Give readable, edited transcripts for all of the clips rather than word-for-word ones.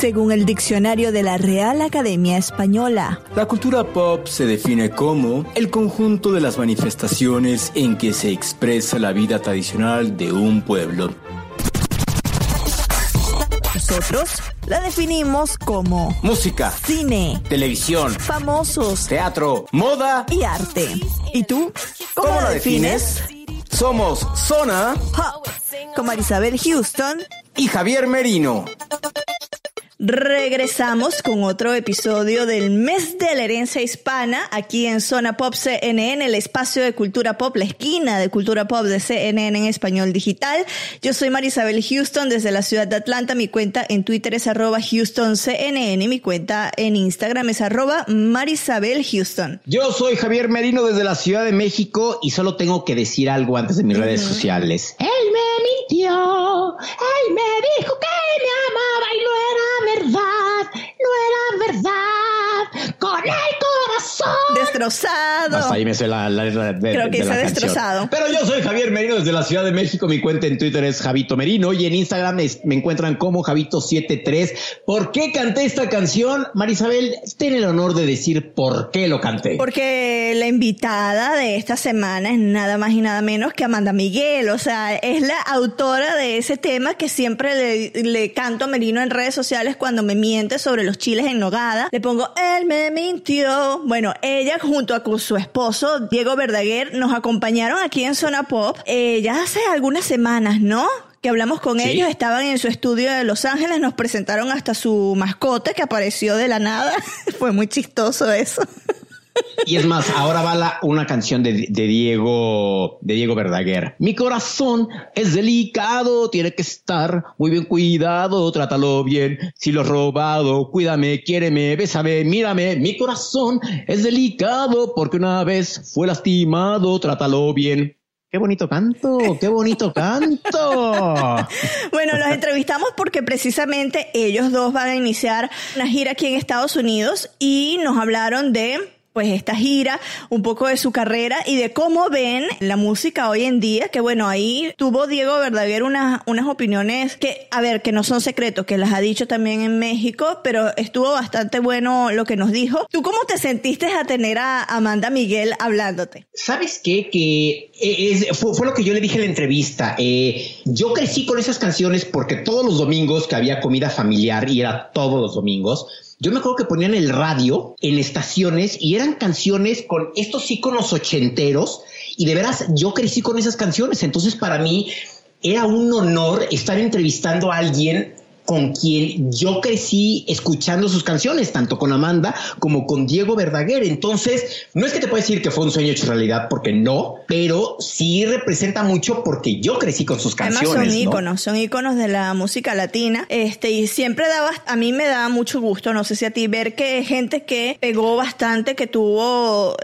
según el diccionario de la Real Academia Española. La cultura pop se define como el conjunto de las manifestaciones en que se expresa la vida tradicional de un pueblo. Nosotros la definimos como música, cine, televisión, famosos, teatro, moda y arte. ¿Y tú? ¿Cómo la defines? Somos Zona Pop con Marisabel Houston y Javier Merino. Regresamos con otro episodio del mes de la herencia hispana aquí en Zona Pop CNN, el espacio de cultura pop, la esquina de cultura pop de CNN en español digital. Yo soy Marisabel Houston desde la ciudad de Atlanta. Mi cuenta en Twitter es @HoustonCNN. Mi cuenta en Instagram es @MarisabelHouston. Yo soy Javier Merino desde la Ciudad de México y solo tengo que decir algo antes de mis redes sociales. Él me mintió, él me dijo que me amaba y no era verdad, con el corazón destrozado. Hasta ahí me sé la letra creo que de la destrozado. Pero yo soy Javier Merino desde la Ciudad de México. Mi cuenta en Twitter es Javito Merino y en Instagram me encuentran como Javito73. ¿Por qué canté esta canción? Marisabel, ten el honor de decir por qué lo canté. Porque la invitada de esta semana es nada más y nada menos que Amanda Miguel. O sea, es la autora de ese tema que siempre le canto a Merino en redes sociales cuando me miente sobre los chiles en nogada. Le pongo, él me mintió. Bueno, ella junto con su esposo, Diego Verdaguer, nos acompañaron aquí en Zona Pop ya hace algunas semanas, ¿no? Que hablamos con ellos, estaban en su estudio de Los Ángeles, nos presentaron hasta su mascota que apareció de la nada. Fue muy chistoso eso. Y es más, ahora va una canción de Diego Verdaguer. Mi corazón es delicado, tiene que estar muy bien cuidado, trátalo bien. Si lo has robado, cuídame, quiéreme, bésame, mírame. Mi corazón es delicado porque una vez fue lastimado, trátalo bien. ¡Qué bonito canto! ¡Qué bonito canto! Bueno, los entrevistamos porque precisamente ellos dos van a iniciar una gira aquí en Estados Unidos y nos hablaron de pues esta gira, un poco de su carrera y de cómo ven la música hoy en día, que bueno, ahí tuvo Diego Verdaguer unas opiniones que, a ver, que no son secretos, que las ha dicho también en México, pero estuvo bastante bueno lo que nos dijo. ¿Tú cómo te sentiste a tener a Amanda Miguel hablándote? ¿Sabes qué? Que fue lo que yo le dije en la entrevista. Yo crecí con esas canciones porque todos los domingos que había comida familiar, y era todos los domingos, yo me acuerdo que ponían el radio en estaciones y eran canciones con estos íconos ochenteros y de veras yo crecí con esas canciones. Entonces para mí era un honor estar entrevistando a alguien con quien yo crecí escuchando sus canciones, tanto con Amanda como con Diego Verdaguer. Entonces, no es que te pueda decir que fue un sueño hecho realidad, porque no, pero sí representa mucho porque yo crecí con sus canciones. Además son íconos de la música latina, y siempre a mí me daba mucho gusto, no sé si a ti, ver que gente que pegó bastante, que tuvo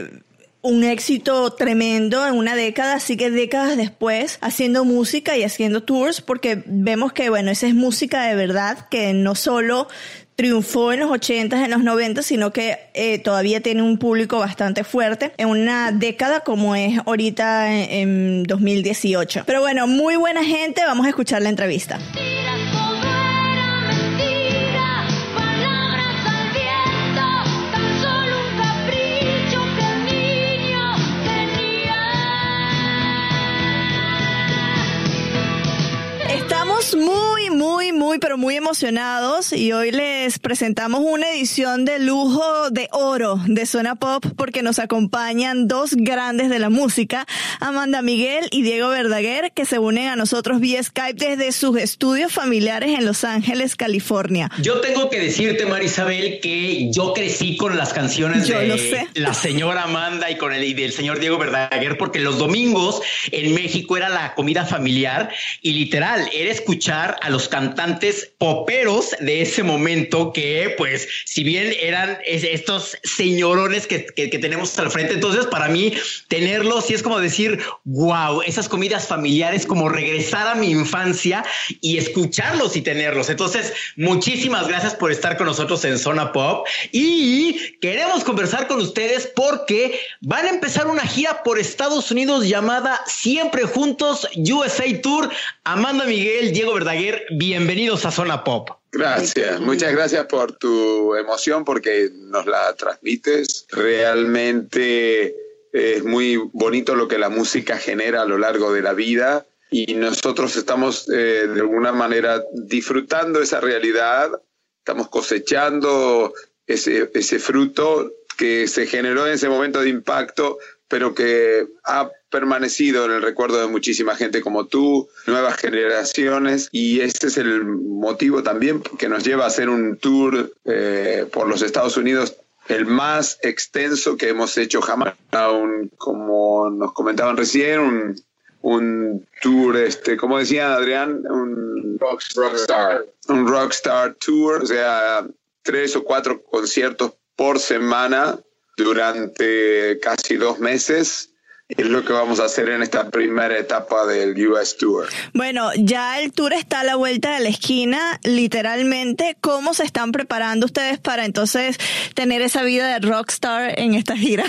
un éxito tremendo en una década, así que décadas después haciendo música y haciendo tours, porque vemos que, bueno, esa es música de verdad, que no solo triunfó en los 80s, en los 90s, sino que todavía tiene un público bastante fuerte en una década como es ahorita en 2018. Pero bueno, muy buena gente, vamos a escuchar la entrevista. Estamos muy emocionados y hoy les presentamos una edición de lujo de oro de Zona Pop porque nos acompañan dos grandes de la música, Amanda Miguel y Diego Verdaguer, que se unen a nosotros vía Skype desde sus estudios familiares en Los Ángeles, California. Yo tengo que decirte, Marisabel, que yo crecí con las canciones de la señora Amanda y del señor Diego Verdaguer, porque los domingos en México era la comida familiar y literal era escuchar a los cantantes poperos de ese momento que, pues, si bien eran estos señorones que tenemos al frente, entonces para mí tenerlos sí es como decir, wow, esas comidas familiares, como regresar a mi infancia y escucharlos y tenerlos. Entonces, muchísimas gracias por estar con nosotros en Zona Pop y queremos conversar con ustedes porque van a empezar una gira por Estados Unidos llamada Siempre Juntos USA Tour. Amanda Miguel, Diego Verdaguer, bienvenidos a Zona Pop. Gracias, muchas gracias por tu emoción porque nos la transmites. Realmente es muy bonito lo que la música genera a lo largo de la vida y nosotros estamos de alguna manera disfrutando esa realidad, estamos cosechando ese fruto que se generó en ese momento de impacto, pero que ha permanecido en el recuerdo de muchísima gente como tú, nuevas generaciones, y este es el motivo también que nos lleva a hacer un tour por los Estados Unidos, el más extenso que hemos hecho jamás, como nos comentaban recién, un tour, como decía Adrián, un rockstar tour, o sea, 3 o 4 conciertos por semana durante casi 2 meses. Es lo que vamos a hacer en esta primera etapa del US Tour. Bueno, ya el tour está a la vuelta de la esquina, literalmente. ¿Cómo se están preparando ustedes para entonces tener esa vida de rockstar en esta gira?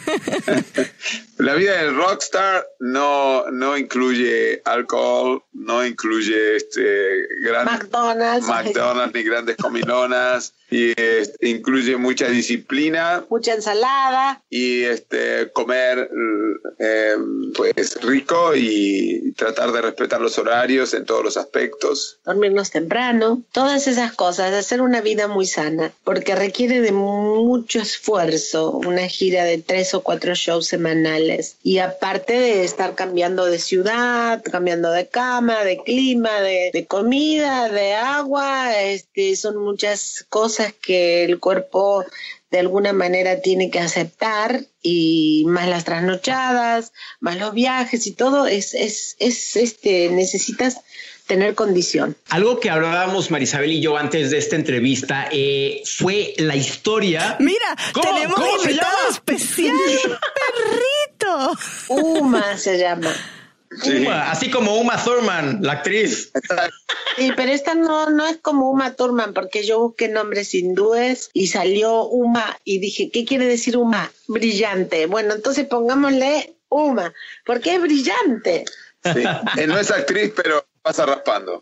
La vida del rockstar no incluye alcohol, no incluye McDonald's ni grandes comilonas, y incluye mucha disciplina, mucha ensalada y comer pues rico y tratar de respetar los horarios en todos los aspectos, dormirnos temprano, todas esas cosas, hacer una vida muy sana, porque requiere de mucho esfuerzo una gira de 3 o 4 shows semanales. Y aparte de estar cambiando de ciudad, cambiando de cama, de clima, de comida, de agua, son muchas cosas que el cuerpo de alguna manera tiene que aceptar, y más las trasnochadas, más los viajes y todo, necesitas tener condición. Algo que hablábamos Marisabel y yo antes de esta entrevista fue la historia. Mira, tenemos invitado especial, perrito. Uma se llama. Sí. Uma, así como Uma Thurman, la actriz. Sí, pero esta no es como Uma Thurman, porque yo busqué nombres hindúes y salió Uma y dije, ¿qué quiere decir Uma? Brillante. Bueno, entonces pongámosle Uma, porque es brillante. Sí. No es actriz, pero pasa raspando.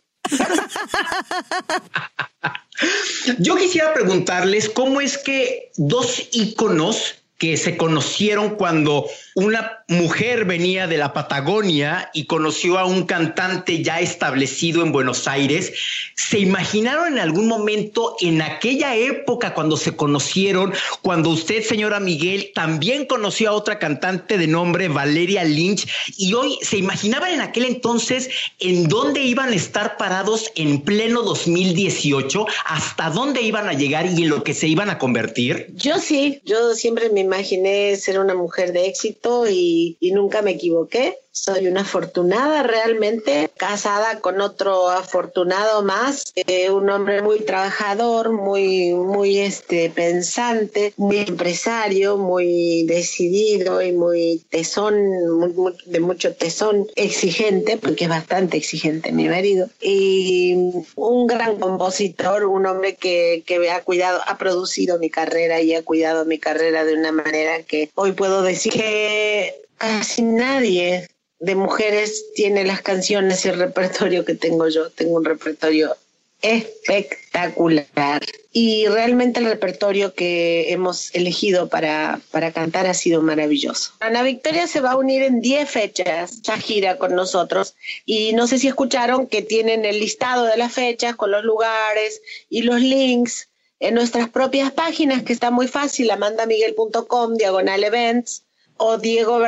Yo quisiera preguntarles cómo es que 2 íconos que se conocieron cuando una mujer venía de la Patagonia y conoció a un cantante ya establecido en Buenos Aires, ¿se imaginaron en algún momento en aquella época cuando se conocieron, cuando usted, señora Miguel, también conoció a otra cantante de nombre Valeria Lynch, y hoy se imaginaban en aquel entonces en dónde iban a estar parados en pleno 2018, hasta dónde iban a llegar y en lo que se iban a convertir? Yo sí, yo siempre me imaginé ser una mujer de éxito y nunca me equivoqué. Soy una afortunada realmente, casada con otro afortunado más, un hombre muy trabajador, muy pensante, muy empresario, muy decidido y muy tesón, de mucho tesón, exigente, porque es bastante exigente mi marido, y un gran compositor, un hombre que ha producido mi carrera y ha cuidado mi carrera de una manera que hoy puedo decir que casi nadie de mujeres tiene las canciones y el repertorio que tengo yo. Tengo un repertorio espectacular y realmente el repertorio que hemos elegido para cantar ha sido maravilloso. Ana Victoria se va a unir en 10 fechas, ya gira con nosotros, y no sé si escucharon que tienen el listado de las fechas con los lugares y los links en nuestras propias páginas, que está muy fácil, amandamiguel.com/events o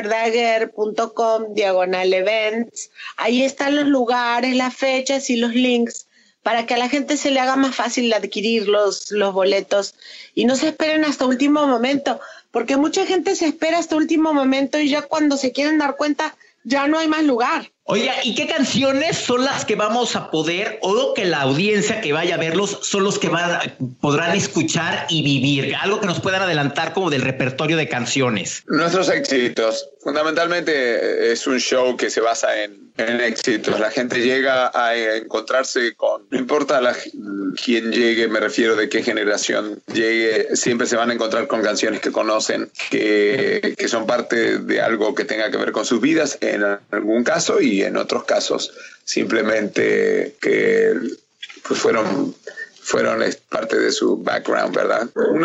diegoverdaguer.com/events. Ahí están los lugares, las fechas y los links para que a la gente se le haga más fácil adquirir los boletos y no se esperen hasta último momento, porque mucha gente se espera hasta último momento y ya cuando se quieren dar cuenta ya no hay más lugar. Oiga, ¿y qué canciones son las que vamos a poder, o que la audiencia que vaya a verlos son los que podrán escuchar y vivir? Algo que nos puedan adelantar como del repertorio de canciones. Nuestros éxitos. Fundamentalmente es un show que se basa en éxitos. La gente llega a encontrarse con, no importa quién llegue, me refiero de qué generación llegue, siempre se van a encontrar con canciones que conocen, que son parte de algo que tenga que ver con sus vidas, en algún caso, y en otros casos simplemente que pues fueron parte de su background, ¿verdad? Un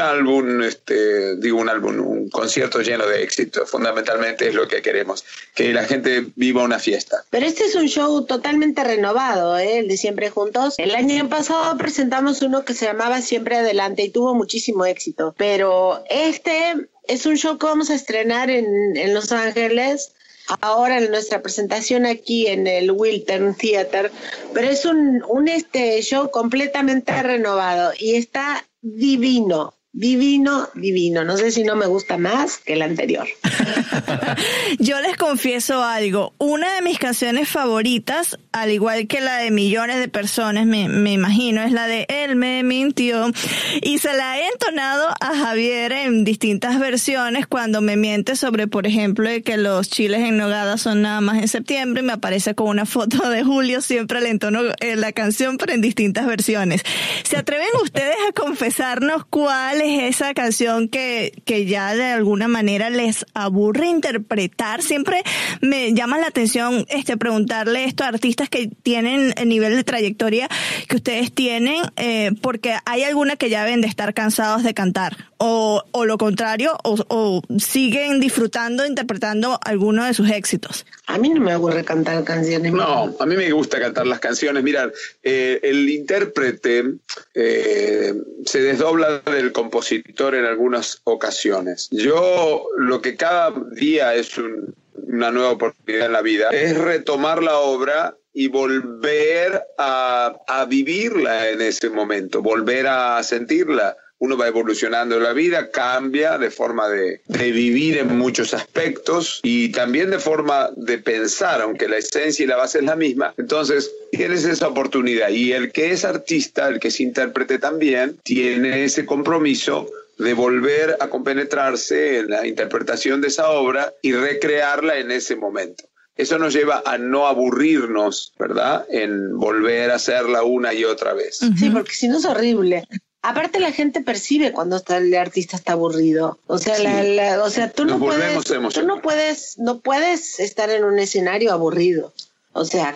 concierto lleno de éxito. Fundamentalmente es lo que queremos, que la gente viva una fiesta. Pero este es un show totalmente renovado, el de Siempre Juntos. El año pasado presentamos uno que se llamaba Siempre Adelante y tuvo muchísimo éxito. Pero este es un show que vamos a estrenar en Los Ángeles, ahora en nuestra presentación aquí en el Wiltern Theater, pero es un show completamente renovado y está divino. Divino. No sé si no me gusta más que el anterior. Yo les confieso algo. Una de mis canciones favoritas, al igual que la de millones de personas, me imagino, es la de Él me mintió. Y se la he entonado a Javier en distintas versiones cuando me miente sobre, por ejemplo, que los chiles en nogada son nada más en septiembre y me aparece con una foto de Julio. Siempre le entono la canción, pero en distintas versiones. ¿Se atreven ustedes a confesarnos cuál es esa canción que ya de alguna manera les aburre interpretar? Siempre me llama la atención preguntarle esto a artistas que tienen el nivel de trayectoria que ustedes tienen, porque hay alguna que ya deben de estar cansados de cantar, o lo contrario, o siguen disfrutando, interpretando alguno de sus éxitos. A mí no me aburre cantar canciones. No, a mí me gusta cantar las canciones. Mira, el intérprete se desdobla del compositor en algunas ocasiones. Yo, lo que cada día es una nueva oportunidad en la vida, es retomar la obra y volver a vivirla en ese momento, volver a sentirla. Uno va evolucionando en la vida, cambia de forma de vivir en muchos aspectos y también de forma de pensar, aunque la esencia y la base es la misma. Entonces, tienes esa oportunidad. Y el que es artista, el que es intérprete también, tiene ese compromiso de volver a compenetrarse en la interpretación de esa obra y recrearla en ese momento. Eso nos lleva a no aburrirnos, ¿verdad?, en volver a hacerla una y otra vez. Sí, porque si no es horrible. Aparte la gente percibe cuando el artista está aburrido. O sea, sí. Tú no puedes estar en un escenario aburrido. O sea,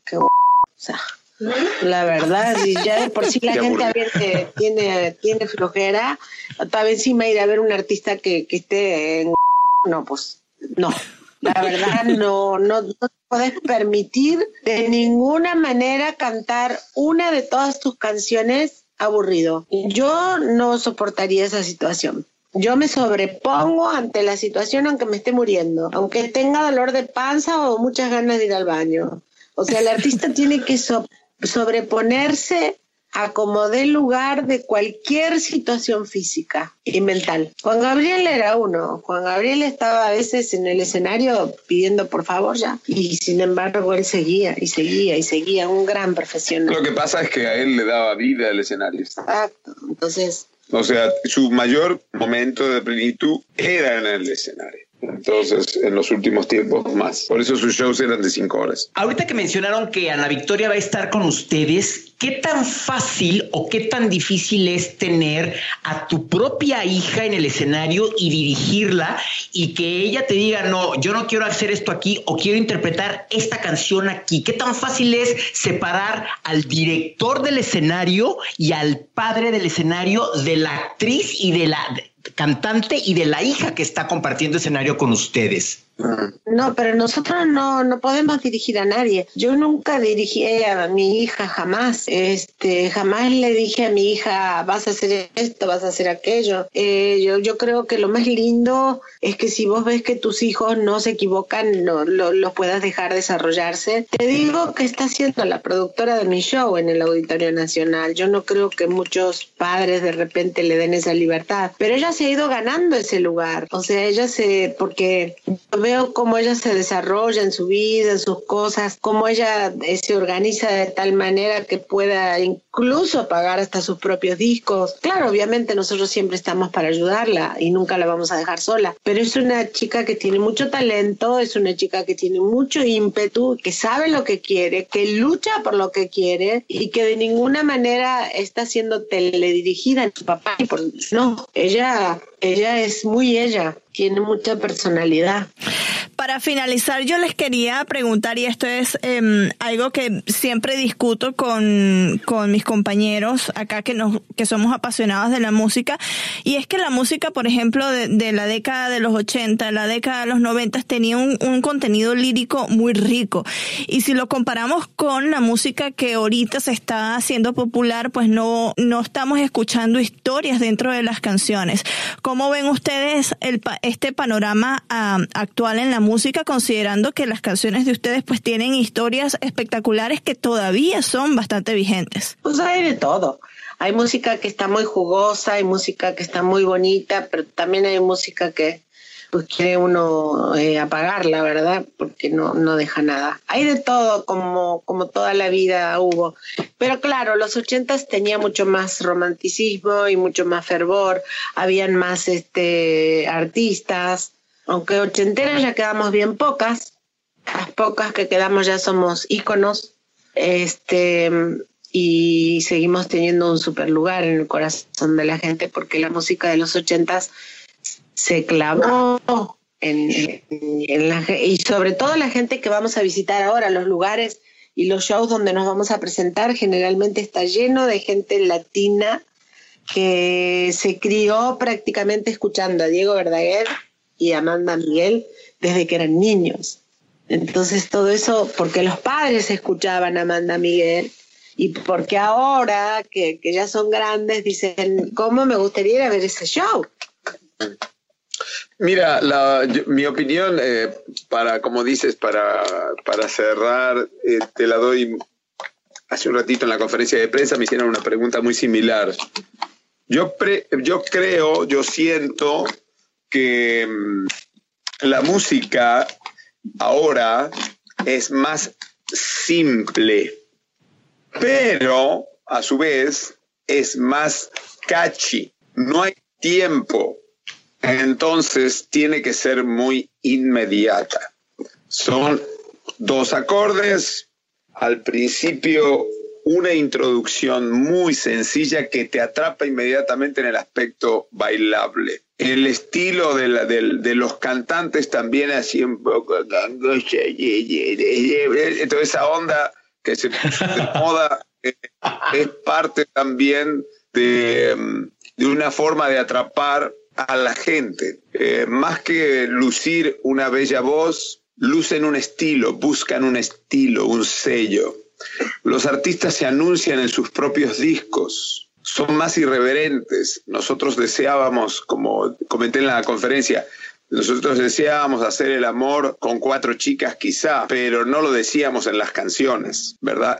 la verdad, y ya de por sí la gente a ver tiene flojera, todavía encima ir a ver un artista que esté en no, pues no. La verdad no te puedes permitir de ninguna manera cantar una de todas tus canciones aburrido. Yo no soportaría esa situación. Yo me sobrepongo ante la situación aunque me esté muriendo, aunque tenga dolor de panza o muchas ganas de ir al baño. O sea, el artista tiene que sobreponerse a como dé lugar de cualquier situación física y mental. Juan Gabriel era uno. Juan Gabriel estaba a veces en el escenario pidiendo por favor ya. Y sin embargo él seguía, un gran profesional. Lo que pasa es que a él le daba vida el escenario. Exacto. Entonces... O sea, su mayor momento de plenitud era en el escenario. Entonces, en los últimos tiempos más. Por eso sus shows eran de 5 horas. Ahorita que mencionaron que Ana Victoria va a estar con ustedes, ¿qué tan fácil o qué tan difícil es tener a tu propia hija en el escenario y dirigirla y que ella te diga, no, yo no quiero hacer esto aquí o quiero interpretar esta canción aquí? ¿Qué tan fácil es separar al director del escenario y al padre del escenario de la actriz y de la cantante y de la hija que está compartiendo escenario con ustedes? No, pero nosotros no podemos dirigir a nadie. Yo nunca dirigí a mi hija, jamás. Jamás le dije a mi hija, vas a hacer esto, vas a hacer aquello. Yo creo que lo más lindo es que si vos ves que tus hijos no se equivocan, los puedas dejar desarrollarse. Te digo que está haciendo la productora de mi show en el Auditorio Nacional. Yo no creo que muchos padres de repente le den esa libertad, pero ella se ha ido ganando ese lugar. O sea, porque veo cómo ella se desarrolla en su vida, en sus cosas, cómo ella se organiza de tal manera que pueda incluso pagar hasta sus propios discos. Claro, obviamente nosotros siempre estamos para ayudarla y nunca la vamos a dejar sola, pero es una chica que tiene mucho talento, es una chica que tiene mucho ímpetu, que sabe lo que quiere, que lucha por lo que quiere y que de ninguna manera está siendo teledirigida en su papá. No, ella es muy ella, tiene mucha personalidad. Para finalizar, yo les quería preguntar, y esto es algo que siempre discuto con mis compañeros acá que somos apasionados de la música, y es que la música, por ejemplo, de la década de los 80, la década de los 90, tenía un contenido lírico muy rico. Y si lo comparamos con la música que ahorita se está haciendo popular, pues no estamos escuchando historias dentro de las canciones. ¿Cómo ven ustedes este panorama actual en la música, considerando que las canciones de ustedes pues tienen historias espectaculares que todavía son bastante vigentes? Pues hay de todo. Hay música que está muy jugosa, hay música que está muy bonita, pero también hay música que pues quiere uno apagarla, ¿verdad? Porque no deja nada. Hay de todo, como toda la vida hubo. Pero claro, los 80s tenía mucho más romanticismo y mucho más fervor. Habían más artistas. Aunque ochenteras ya quedamos bien pocas. Las pocas que quedamos ya somos íconos. Y seguimos teniendo un super lugar en el corazón de la gente, porque la música de los 80s se clavó y sobre todo la gente que vamos a visitar ahora, los lugares y los shows donde nos vamos a presentar, generalmente está lleno de gente latina que se crió prácticamente escuchando a Diego Verdaguer y a Amanda Miguel desde que eran niños. Entonces todo eso porque los padres escuchaban a Amanda Miguel y porque ahora que ya son grandes dicen, ¿cómo me gustaría ir a ver ese show? Mira, mi opinión, como dices, para cerrar, te la doy. Hace un ratito en la conferencia de prensa me hicieron una pregunta muy similar. Yo siento que la música ahora es más simple, pero a su vez es más catchy. No hay tiempo. Entonces tiene que ser muy inmediata. Son 2 acordes, al principio una introducción muy sencilla que te atrapa inmediatamente en el aspecto bailable. El estilo de los cantantes también así un poco, toda esa onda que se puso de moda es parte también de una forma de atrapar a la gente. Más que lucir una bella voz, lucen un estilo, buscan un estilo, un sello. Los artistas se anuncian en sus propios discos, son más irreverentes. Nosotros deseábamos, como comenté en la conferencia, nosotros deseábamos hacer el amor con 4 chicas quizá, pero no lo decíamos en las canciones, ¿verdad?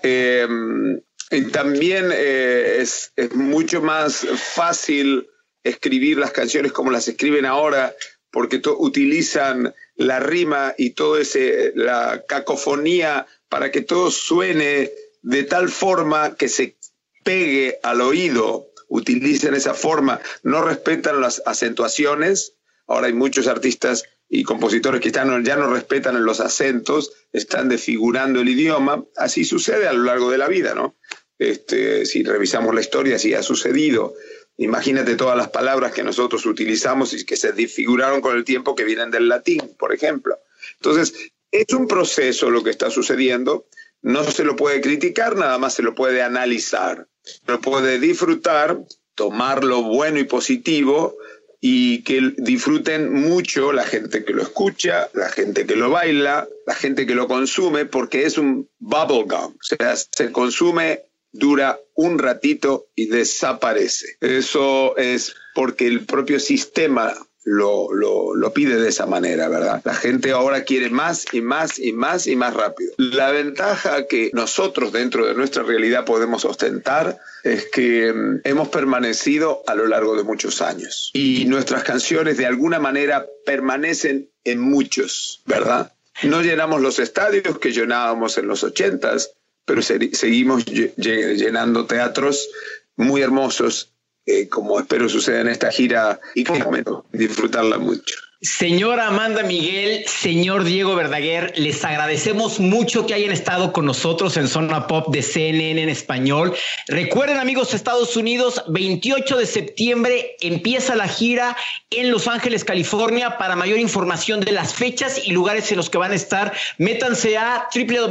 También es mucho más fácil escribir las canciones como las escriben ahora, porque utilizan la rima y la cacofonía para que todo suene de tal forma que se pegue al oído. Utilizan esa forma, no respetan las acentuaciones. Ahora hay muchos artistas y compositores que ya no respetan los acentos, están desfigurando el idioma. Así sucede a lo largo de la vida, ¿no? Si revisamos la historia, así ha sucedido. Imagínate todas las palabras que nosotros utilizamos y que se desfiguraron con el tiempo, que vienen del latín, por ejemplo. Entonces, es un proceso lo que está sucediendo. No se lo puede criticar, nada más se lo puede analizar. Lo puede disfrutar, tomar lo bueno y positivo, y que disfruten mucho la gente que lo escucha, la gente que lo baila, la gente que lo consume, porque es un bubblegum. O sea, se consume, dura un ratito y desaparece. Eso es porque el propio sistema lo pide de esa manera, ¿verdad? La gente ahora quiere más y más y más y más rápido. La ventaja que nosotros dentro de nuestra realidad podemos ostentar es que hemos permanecido a lo largo de muchos años y nuestras canciones de alguna manera permanecen en muchos, ¿verdad? No llenamos los estadios que llenábamos en los 80s, pero seguimos llenando teatros muy hermosos, como espero suceda en esta gira, y disfrutarla mucho. Señora Amanda Miguel, señor Diego Verdaguer, les agradecemos mucho que hayan estado con nosotros en Zona Pop de CNN en español. Recuerden, amigos, Estados Unidos, 28 de septiembre empieza la gira en Los Ángeles, California. Para mayor información de las fechas y lugares en los que van a estar, métanse a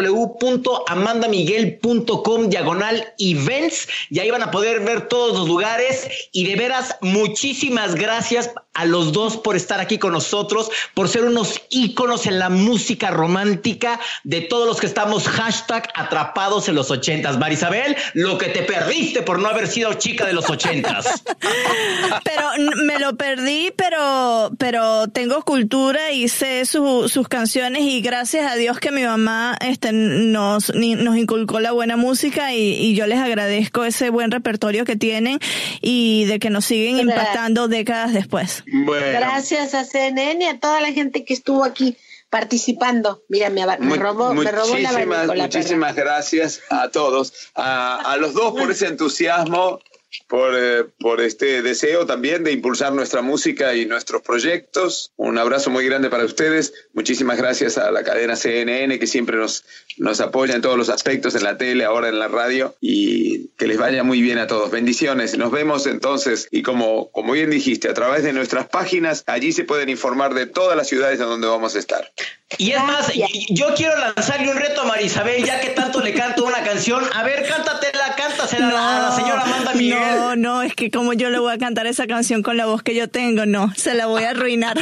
www.amandamiguel.com/events y ahí van a poder ver todos los lugares. Y de veras, muchísimas gracias a los dos por estar aquí con nosotros, por ser unos íconos en la música romántica de todos los que estamos #atrapados en los 80s. Marisabel, lo que te perdiste por no haber sido chica de los 80s. Pero me lo perdí, pero tengo cultura y sé sus canciones, y gracias a Dios que mi mamá nos inculcó la buena música, y yo les agradezco ese buen repertorio que tienen y de que nos siguen impactando décadas después. Bueno. Gracias a CNN y a toda la gente que estuvo aquí participando. Mira, me robó la barnicola. Muchísimas gracias a todos, a los dos por ese entusiasmo, por este deseo también de impulsar nuestra música y nuestros proyectos. Un abrazo muy grande para ustedes. Muchísimas gracias a la cadena CNN, que siempre nos apoya en todos los aspectos, en la tele, ahora en la radio, y que les vaya muy bien a todos. Bendiciones. Nos vemos entonces, y como bien dijiste, a través de nuestras páginas, allí se pueden informar de todas las ciudades en donde vamos a estar. Y es más, yo quiero lanzarle un reto a Marisabel, ya que tanto le canto una canción. A ver, cántasela a la señora Amanda Miguel. No, es que como yo le voy a cantar esa canción con la voz que yo tengo, no, se la voy a arruinar.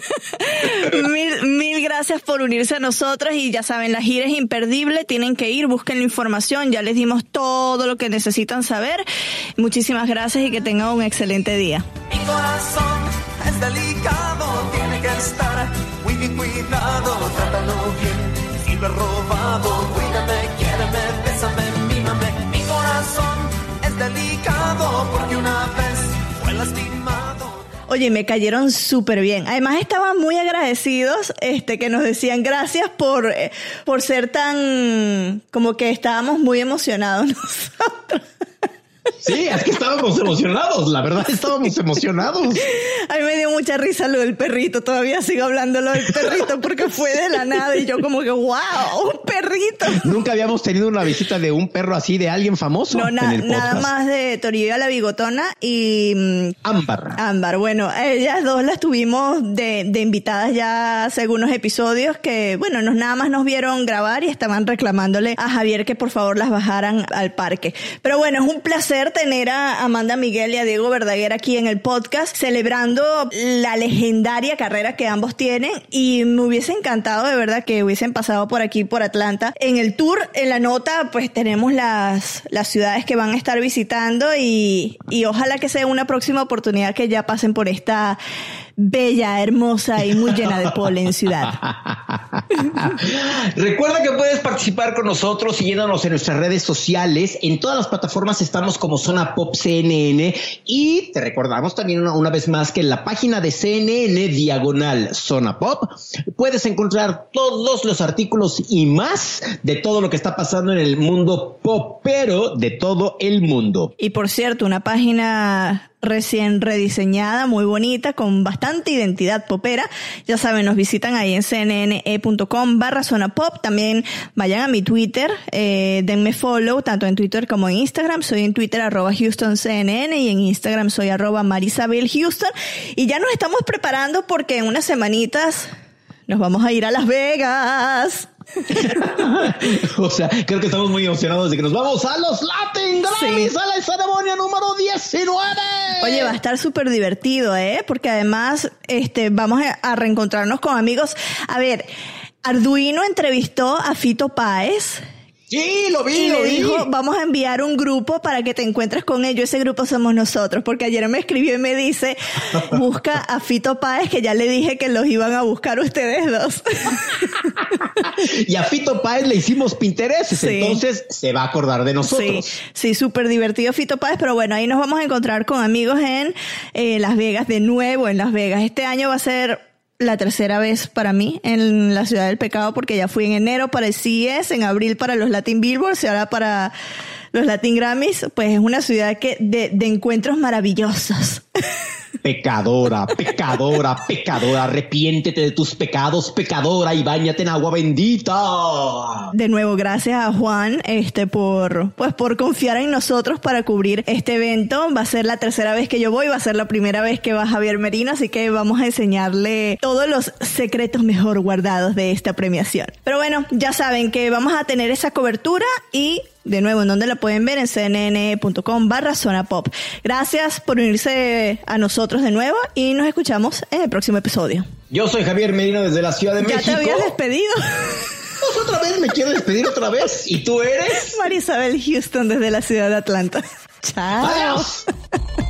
mil gracias por unirse a nosotros, y ya saben, la gira es imperdible, tienen que ir, busquen la información, ya les dimos todo lo que necesitan saber. Muchísimas gracias y que tengan un excelente día. Mi corazón es delicado, tiene que estar muy bien cuidado, trátalo bien, si lo he robado, cuídame, quiéreme, bésame, mímame. Mi corazón es delicado porque una vez fue lastimado. Oye, me cayeron súper bien. Además, estaban muy agradecidos, que nos decían gracias por ser tan, como que estábamos muy emocionados nosotros. Sí, es que estábamos emocionados, la verdad estábamos emocionados. A mí me dio mucha risa lo del perrito, todavía sigo hablando lo del perrito porque fue de la nada y yo como que wow, un perrito. Nunca habíamos tenido una visita de un perro así, de alguien famoso. No, nada más de Toribia la Bigotona y Ámbar. Bueno, a ellas dos las tuvimos de invitadas ya hace algunos episodios que, bueno, nada más nos vieron grabar y estaban reclamándole a Javier que por favor las bajaran al parque. Pero bueno, es un placer tener a Amanda Miguel y a Diego Verdaguer aquí en el podcast, celebrando la legendaria carrera que ambos tienen, y me hubiese encantado de verdad que hubiesen pasado por aquí, por Atlanta. En el tour, en la nota, pues tenemos las ciudades que van a estar visitando, y ojalá que sea una próxima oportunidad que ya pasen por esta bella, hermosa y muy llena de polen ciudad. Recuerda que puedes participar con nosotros siguiéndonos en nuestras redes sociales. En todas las plataformas estamos como Zona Pop CNN, y te recordamos también una vez más que en la página de CNN/Zona Pop puedes encontrar todos los artículos y más de todo lo que está pasando en el mundo popero de todo el mundo. Y por cierto, una página recién rediseñada, muy bonita, con bastante identidad popera. Ya saben, nos visitan ahí en cnne.com/Zona Pop. También vayan a mi Twitter, denme follow, tanto en Twitter como en Instagram. Soy en Twitter @HoustonCNN y en Instagram soy @MarisabelHouston. Y ya nos estamos preparando porque en unas semanitas nos vamos a ir a Las Vegas. O sea, creo que estamos muy emocionados de que nos vamos a los Latin Grammys, sí, a la ceremonia número 19. Oye, va a estar súper divertido, porque además vamos a reencontrarnos con amigos. A ver, Arduino entrevistó a Fito Páez. Sí, lo vi. Y le dijo, vamos a enviar un grupo para que te encuentres con ellos. Ese grupo somos nosotros, porque ayer me escribió y me dice, busca a Fito Páez, que ya le dije que los iban a buscar ustedes dos. Y a Fito Páez le hicimos Pinterest, sí, entonces se va a acordar de nosotros. Sí, súper divertido Fito Páez, pero bueno, ahí nos vamos a encontrar con amigos en Las Vegas, de nuevo en Las Vegas. Este año va a ser la tercera vez para mí en la Ciudad del Pecado, porque ya fui en enero para el CES, en abril para los Latin Billboards y ahora para los Latin Grammys. Pues es una ciudad que de encuentros maravillosos. Pecadora, pecadora, pecadora, arrepiéntete de tus pecados, pecadora, y báñate en agua bendita. De nuevo, gracias a Juan, por confiar en nosotros para cubrir este evento. Va a ser la tercera vez que yo voy, va a ser la primera vez que va Javier Merino, así que vamos a enseñarle todos los secretos mejor guardados de esta premiación. Pero bueno, ya saben que vamos a tener esa cobertura y de nuevo, ¿en dónde la pueden ver? En cnn.com/Zona Pop. Gracias por unirse a nosotros de nuevo y nos escuchamos en el próximo episodio. Yo soy Javier Merino desde la Ciudad de México. ¿Ya te habías despedido? Pues otra vez, me quiero despedir otra vez. ¿Y tú eres? Marisabel Houston desde la ciudad de Atlanta. Chao. Adiós.